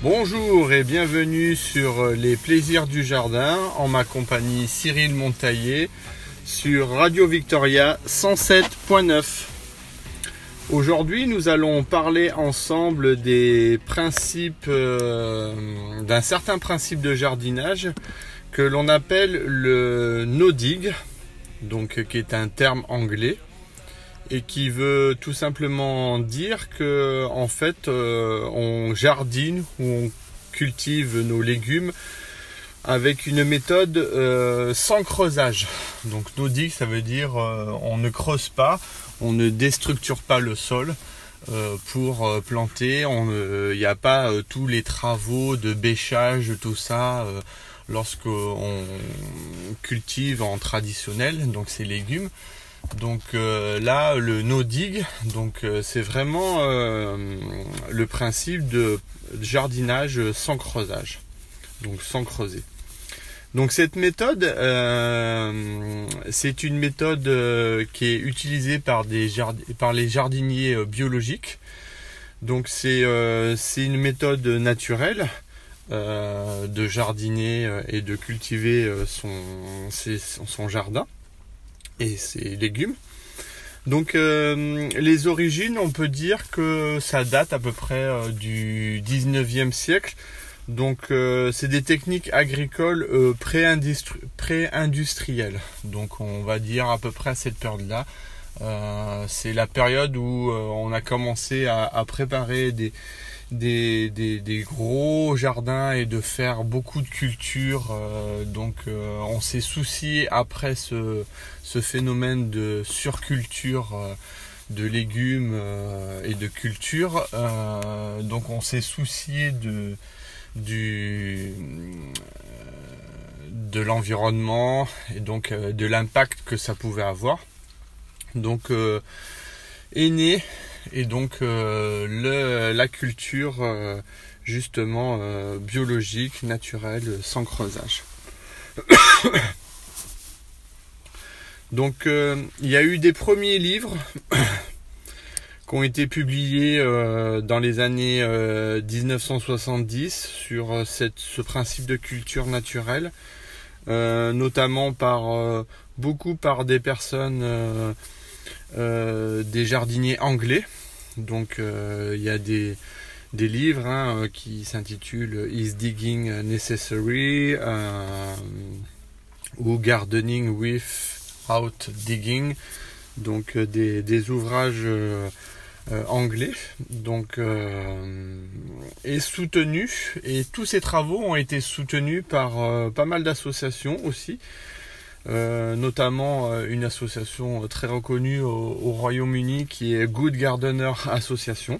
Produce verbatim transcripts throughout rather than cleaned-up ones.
Bonjour et bienvenue sur les plaisirs du jardin en ma compagnie Cyril Montaillé sur Radio Victoria cent sept point neuf. Aujourd'hui nous allons parler ensemble des principes, euh, d'un certain principe de jardinage que l'on appelle le no-dig, donc qui est un terme anglais et qui veut tout simplement dire que en fait euh, on jardine ou on cultive nos légumes avec une méthode euh, sans creusage. Donc no-dig, ça veut dire euh, on ne creuse pas, on ne déstructure pas le sol euh, pour euh, planter. Il n'y a pas euh, tous les travaux de bêchage, tout ça euh, lorsque on cultive en traditionnel, donc ces légumes. Donc euh, là, le no-dig, donc euh, c'est vraiment euh, le principe de jardinage sans creusage, donc sans creuser. Donc cette méthode, euh, c'est une méthode euh, qui est utilisée par des jard... par les jardiniers euh, biologiques. Donc c'est euh, c'est une méthode naturelle euh, de jardiner euh, et de cultiver euh, son ses, son jardin et ses légumes. Donc euh, les origines, on peut dire que ça date à peu près euh, du dix-neuvième siècle. Donc euh, c'est des techniques agricoles euh, pré-industri- pré-industrielles. Donc on va dire à peu près à cette période-là. Euh, c'est la période où euh, on a commencé à, à préparer des, des, des, des gros jardins et de faire beaucoup de cultures. Euh, donc euh, on s'est soucié après ce, ce phénomène de surculture euh, de légumes euh, et de culture. Euh, donc on s'est soucié de du de l'environnement et donc euh, de l'impact que ça pouvait avoir. Donc euh, est né et donc euh, le, la culture euh, justement euh, biologique, naturelle, sans creusage. Donc euh, il y a eu des premiers livres qui ont été publiés euh, dans les années euh, dix-neuf cent soixante-dix sur euh, cette, ce principe de culture naturelle, euh, notamment par euh, beaucoup par des personnes, euh, euh, des jardiniers anglais. Donc euh, il y a des, des livres hein, qui s'intitulent Is Digging Necessary euh, ou Gardening Without Digging. Donc euh, des, des ouvrages euh, euh, anglais, donc euh, et soutenus, et tous ces travaux ont été soutenus par euh, pas mal d'associations aussi, euh, notamment euh, une association très reconnue au, au Royaume-Uni qui est Good Gardener Association,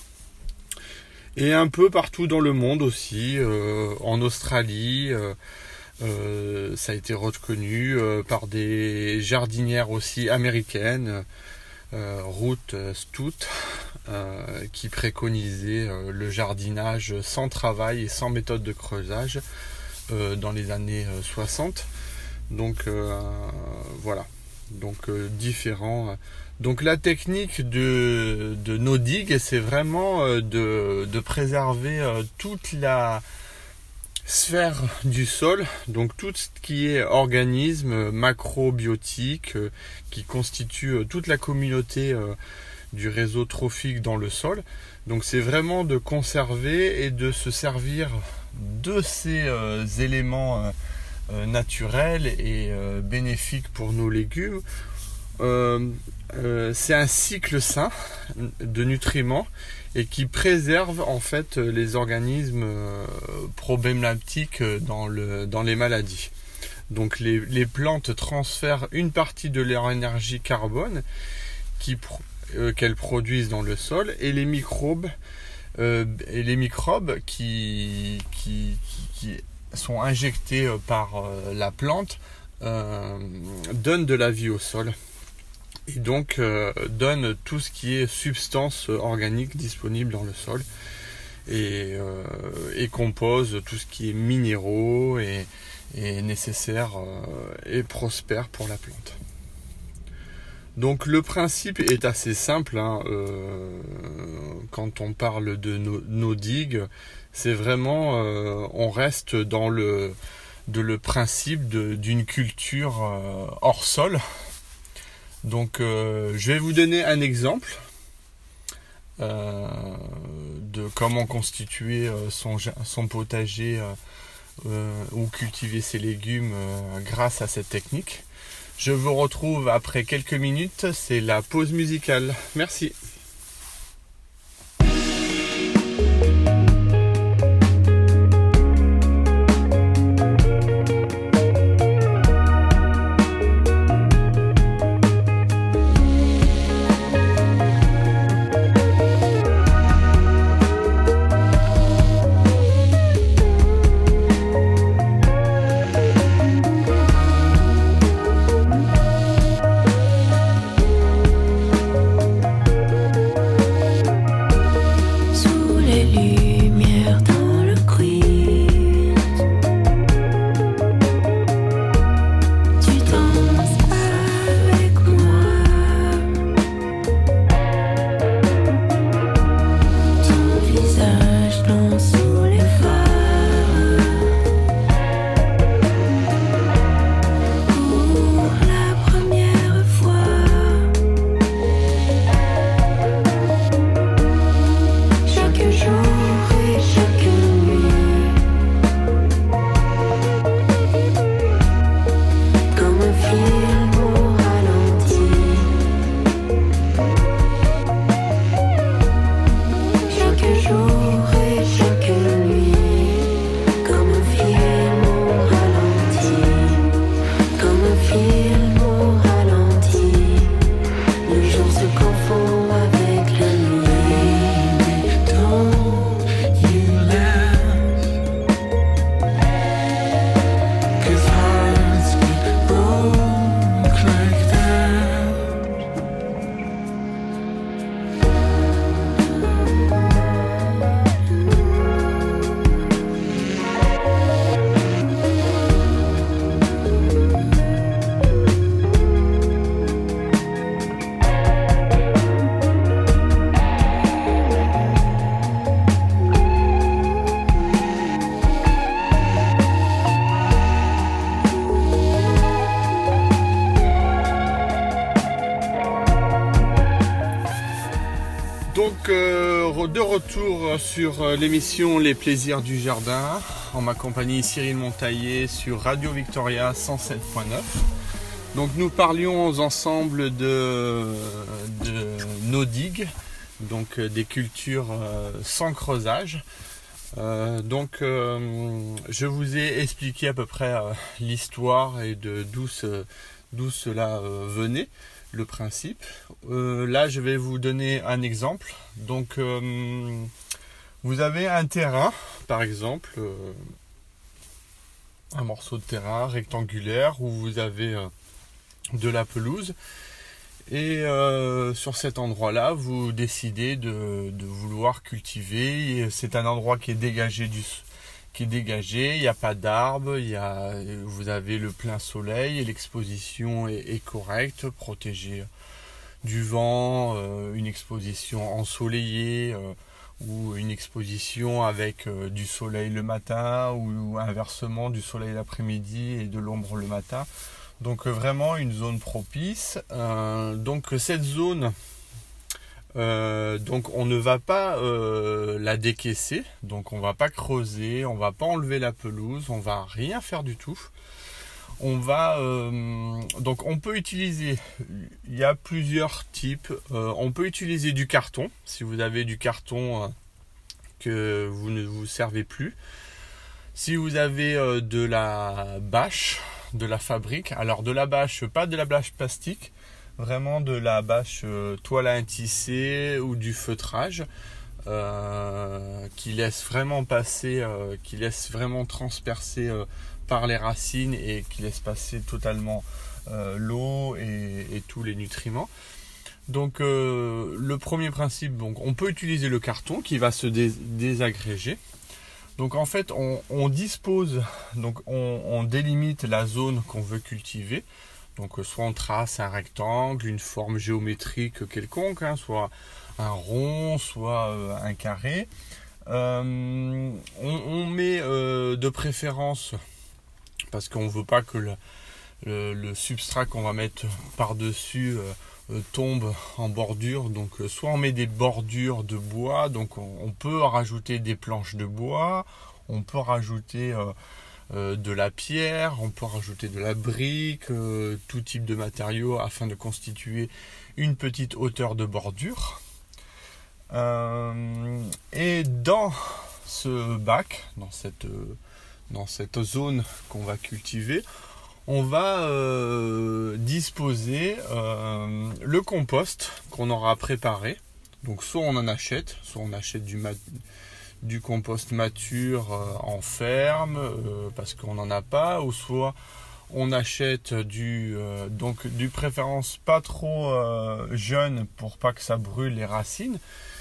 et un peu partout dans le monde aussi, euh, en Australie. Euh, Euh, ça a été reconnu euh, par des jardinières aussi américaines, euh, Ruth Stout, euh, qui préconisait euh, le jardinage sans travail et sans méthode de creusage euh, dans les années euh, soixante. Donc euh, voilà, donc euh, différent. Donc la technique de, de no-dig, c'est vraiment euh, de, de préserver euh, toute la sphère du sol, donc tout ce qui est organisme macrobiotique euh, qui constitue euh, toute la communauté euh, du réseau trophique dans le sol. Donc c'est vraiment de conserver et de se servir de ces euh, éléments euh, euh, naturels et euh, bénéfiques pour nos légumes. Euh, euh, c'est un cycle sain de nutriments et qui préserve en fait les organismes euh, problématiques dans, le, dans les maladies. Donc les, les plantes transfèrent une partie de leur énergie carbone qui, euh, qu'elles produisent dans le sol, et les microbes, euh, et les microbes qui, qui, qui, qui sont injectés par euh, la plante euh, donnent de la vie au sol. Et donc euh, donne tout ce qui est substance organique disponible dans le sol et, euh, et compose tout ce qui est minéraux et, et nécessaire euh, et prospère pour la plante. Donc le principe est assez simple, hein, euh, quand on parle de nos, nos digues, c'est vraiment, euh, on reste dans le, de le principe de, d'une culture euh, hors sol. Donc euh, je vais vous donner un exemple euh, de comment constituer euh, son, son potager euh, euh, ou cultiver ses légumes euh, grâce à cette technique. Je vous retrouve après quelques minutes, c'est la pause musicale. Merci. Donc euh, de retour sur l'émission Les Plaisirs du Jardin, en ma compagnie Cyril Montaillé sur Radio Victoria cent sept point neuf. Donc nous parlions ensemble de, de nos digues, donc des cultures euh, sans creusage. Euh, donc euh, je vous ai expliqué à peu près euh, l'histoire et de d'où, ce, d'où cela euh, venait. Le principe. Euh, là, je vais vous donner un exemple. Donc, euh, vous avez un terrain, par exemple, euh, un morceau de terrain rectangulaire où vous avez euh, de la pelouse. Et euh, sur cet endroit-là, vous décidez de, de vouloir cultiver. C'est un endroit qui est dégagé du qui est dégagé, il n'y a pas d'arbres, il y a, vous avez le plein soleil et l'exposition est, est correcte, protégée du vent, euh, une exposition ensoleillée euh, ou une exposition avec euh, du soleil le matin ou, ou inversement du soleil l'après-midi et de l'ombre le matin. Donc euh, vraiment une zone propice. Euh, donc cette zone, Euh, donc on ne va pas euh, la décaisser, donc on va pas creuser, on va pas enlever la pelouse, on va rien faire du tout. On va euh, donc on peut utiliser, il y a plusieurs types. Euh, on peut utiliser du carton si vous avez du carton euh, que vous ne vous servez plus. Si vous avez euh, de la bâche, de la fabrique, alors de la bâche, pas de la bâche plastique. Vraiment de la bâche euh, toile à un tissé ou du feutrage euh, qui laisse vraiment passer, euh, qui laisse vraiment transpercer euh, par les racines et qui laisse passer totalement euh, l'eau et, et tous les nutriments. Donc euh, le premier principe, donc on peut utiliser le carton qui va se dés- désagréger. Donc en fait on, on dispose, donc on, on délimite la zone qu'on veut cultiver. Donc soit on trace un rectangle, une forme géométrique quelconque, hein, soit un rond, soit euh, un carré. Euh, on, on met euh, de préférence, parce qu'on ne veut pas que le, le, le substrat qu'on va mettre par-dessus euh, euh, tombe en bordure. Donc euh, soit on met des bordures de bois, donc on, on peut rajouter des planches de bois, on peut rajouter euh, euh, de la pierre, on peut rajouter de la brique, euh, tout type de matériaux afin de constituer une petite hauteur de bordure. Euh, et dans ce bac, dans cette, dans cette zone qu'on va cultiver, on va euh, disposer euh, le compost qu'on aura préparé. Donc soit on en achète, soit on achète du, mat- du compost mature euh, en ferme euh, parce qu'on n'en a pas, ou soit on achète du euh, donc du préférence pas trop euh, jeune pour pas que ça brûle les racines.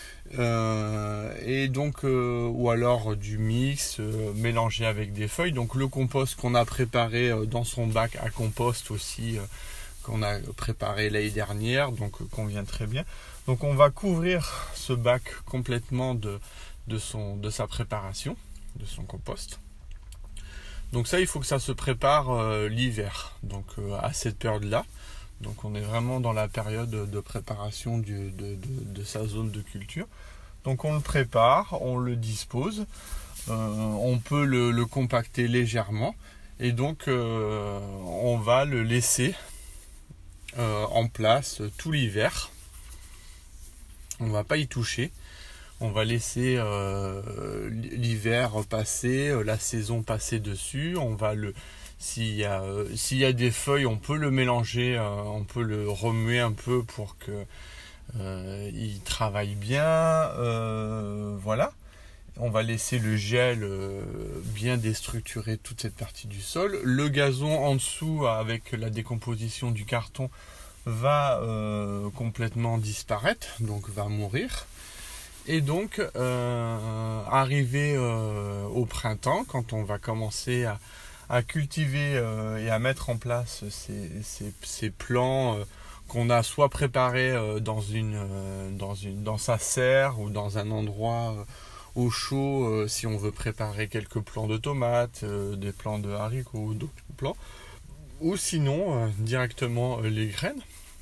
Euh, et donc euh, ou alors du mix euh, mélangé avec des feuilles. Donc le compost qu'on a préparé euh, dans son bac à compost aussi, euh, qu'on a préparé l'année dernière, donc euh, convient très bien. Donc on va couvrir ce bac complètement de, de, son, de sa préparation, de son compost. Donc ça, il faut que ça se prépare euh, l'hiver, donc euh, à cette période-là. Donc on est vraiment dans la période de préparation du, de, de, de sa zone de culture. Donc on le prépare, on le dispose, euh, on peut le, le compacter légèrement et donc euh, on va le laisser euh, en place tout l'hiver. On ne va pas y toucher. On va laisser euh, l'hiver passer, la saison passer dessus. On va le S'il y, a, euh, s'il y a des feuilles, on peut le mélanger, euh, on peut le remuer un peu pour que euh, il travaille bien. Euh, voilà. On va laisser le gel euh, bien déstructurer toute cette partie du sol. Le gazon en dessous, avec la décomposition du carton, va euh, complètement disparaître, donc va mourir. Et donc, euh, arrivé euh, au printemps, quand on va commencer à à cultiver euh, et à mettre en place ces, ces, ces plants euh, qu'on a soit préparés euh, dans, une, euh, dans, une, dans sa serre ou dans un endroit euh, au chaud euh, si on veut préparer quelques plants de tomates, euh, des plants de haricots ou d'autres plants, ou sinon euh, directement euh, les graines.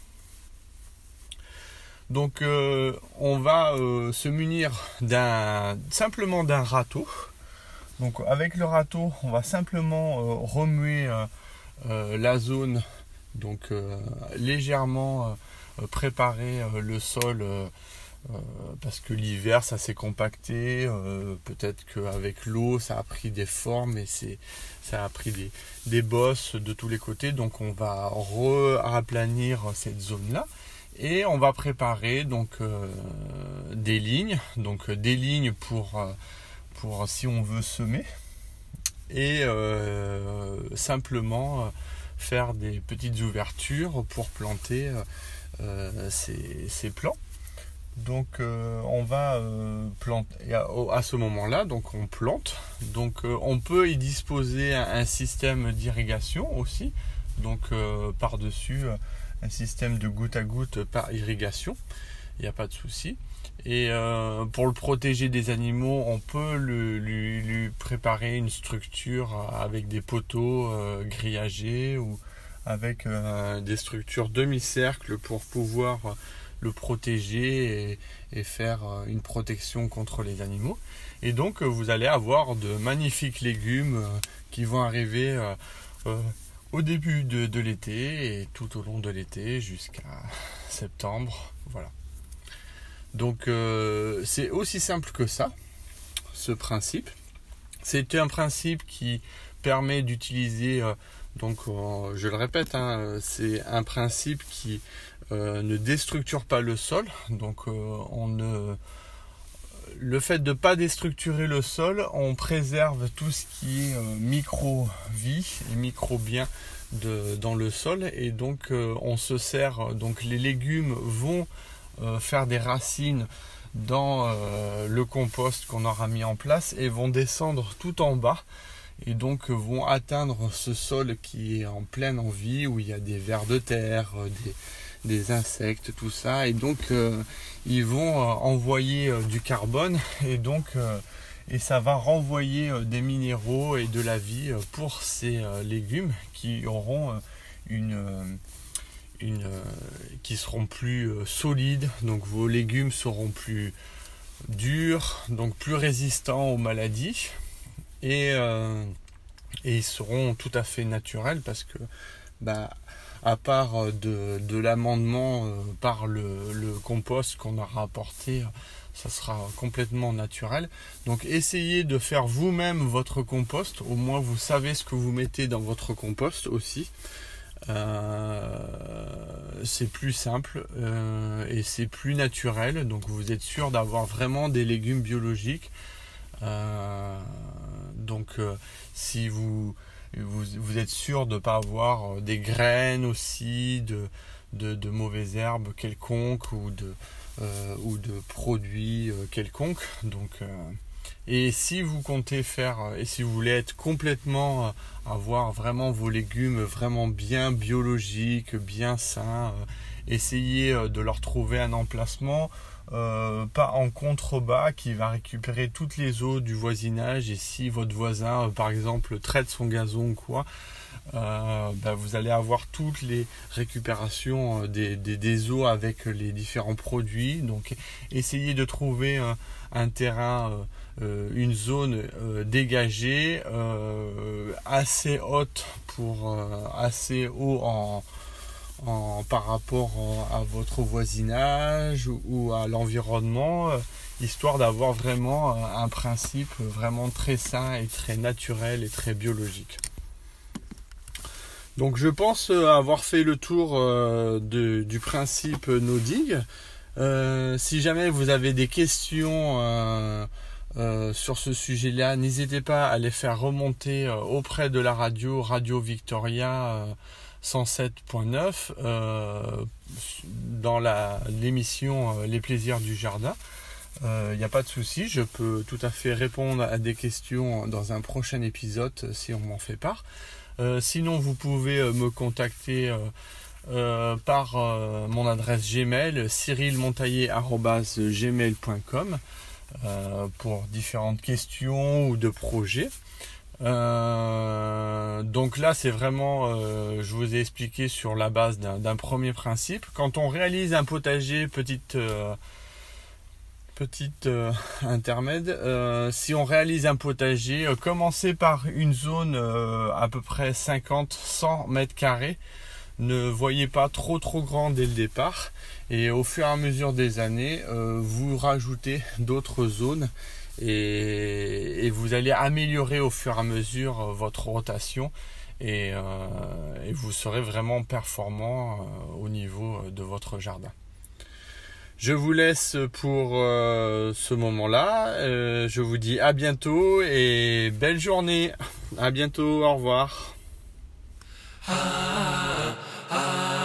Donc euh, on va euh, se munir d'un, simplement d'un râteau. Donc avec le râteau, on va simplement euh, remuer euh, euh, la zone, donc euh, légèrement euh, préparer euh, le sol euh, euh, parce que l'hiver ça s'est compacté, euh, peut-être qu'avec l'eau ça a pris des formes et c'est, ça a pris des, des bosses de tous les côtés. Donc on va raplanir cette zone-là et on va préparer donc euh, des lignes, donc des lignes pour euh, pour si on veut semer et euh, simplement faire des petites ouvertures pour planter euh, ces, ces plants. Donc euh, on va euh, planter à, à ce moment-là, donc on plante. Donc euh, on peut y disposer un, un système d'irrigation aussi, donc euh, par-dessus un système de goutte à goutte par irrigation, il n'y a pas de souci. Et euh, pour le protéger des animaux, on peut le, lui, lui préparer une structure avec des poteaux euh, grillagés ou avec euh, des structures demi-cercle pour pouvoir le protéger et, et faire une protection contre les animaux. Et donc vous allez avoir de magnifiques légumes euh, qui vont arriver euh, euh, au début de, de l'été et tout au long de l'été jusqu'à septembre. Voilà. Donc euh, c'est aussi simple que ça, ce principe. C'est un principe qui permet d'utiliser, euh, donc euh, je le répète, hein, c'est un principe qui euh, ne déstructure pas le sol. Donc euh, on ne, le fait de ne pas déstructurer le sol, on préserve tout ce qui est euh, micro-vie et micro-bien de, dans le sol. Et donc euh, on se sert, donc les légumes vont Euh, faire des racines dans euh, le compost qu'on aura mis en place et vont descendre tout en bas et donc euh, vont atteindre ce sol qui est en pleine vie où il y a des vers de terre, euh, des, des insectes, tout ça. Et donc euh, ils vont euh, envoyer euh, du carbone et donc euh, et ça va renvoyer euh, des minéraux et de la vie euh, pour ces euh, légumes qui auront euh, une, euh, une euh, qui seront plus euh, solides. Donc vos légumes seront plus durs, donc plus résistants aux maladies et euh, et ils seront tout à fait naturels parce que bah à part de, de l'amendement euh, par le, le compost qu'on aura apporté, ça sera complètement naturel. Donc essayez de faire vous-même votre compost, au moins vous savez ce que vous mettez dans votre compost aussi. Euh, c'est plus simple euh, et c'est plus naturel, donc vous êtes sûr d'avoir vraiment des légumes biologiques. Euh, donc euh, si vous, vous vous êtes sûr de ne pas avoir des graines aussi de, de, de mauvaises herbes quelconques ou de, euh, ou de produits euh, quelconques. Donc, euh, et si vous comptez faire et si vous voulez être complètement euh, avoir vraiment vos légumes vraiment bien biologiques, bien sains, euh, essayez euh, de leur trouver un emplacement Euh, pas en contrebas qui va récupérer toutes les eaux du voisinage. Et si votre voisin euh, par exemple traite son gazon ou quoi, euh, bah, vous allez avoir toutes les récupérations euh, des, des, des eaux avec les différents produits. Donc essayez de trouver un, un terrain, euh, une zone euh, dégagée, euh, assez haute pour euh, assez haut en En, par rapport à votre voisinage ou, ou à l'environnement, euh, histoire d'avoir vraiment un principe vraiment très sain et très naturel et très biologique. Donc je pense avoir fait le tour euh, de, du principe no dig. Euh, si jamais vous avez des questions euh, euh, sur ce sujet-là, n'hésitez pas à les faire remonter euh, auprès de la radio, Radio Victoria euh, cent sept point neuf euh, dans la, l'émission euh, Les plaisirs du jardin. Il euh, n'y a pas de souci, je peux tout à fait répondre à des questions dans un prochain épisode si on m'en fait part. Euh, sinon, vous pouvez euh, me contacter euh, euh, par euh, mon adresse Gmail, cyril montaillé arobase gmail point com, euh, pour différentes questions ou de projets. Euh, donc là c'est vraiment euh, je vous ai expliqué sur la base d'un, d'un premier principe. Quand on réalise un potager, petite euh, petite euh, intermède, euh, si on réalise un potager, euh, commencez par une zone euh, à peu près cinquante à cent mètres carrés. Ne voyez pas trop trop grand dès le départ et au fur et à mesure des années euh, vous rajoutez d'autres zones. Et, et vous allez améliorer au fur et à mesure votre rotation et, euh, et vous serez vraiment performant euh, au niveau de votre jardin. Je vous laisse pour euh, ce moment-là. Euh, je vous dis à bientôt et belle journée. À bientôt, au revoir. Ah, ah.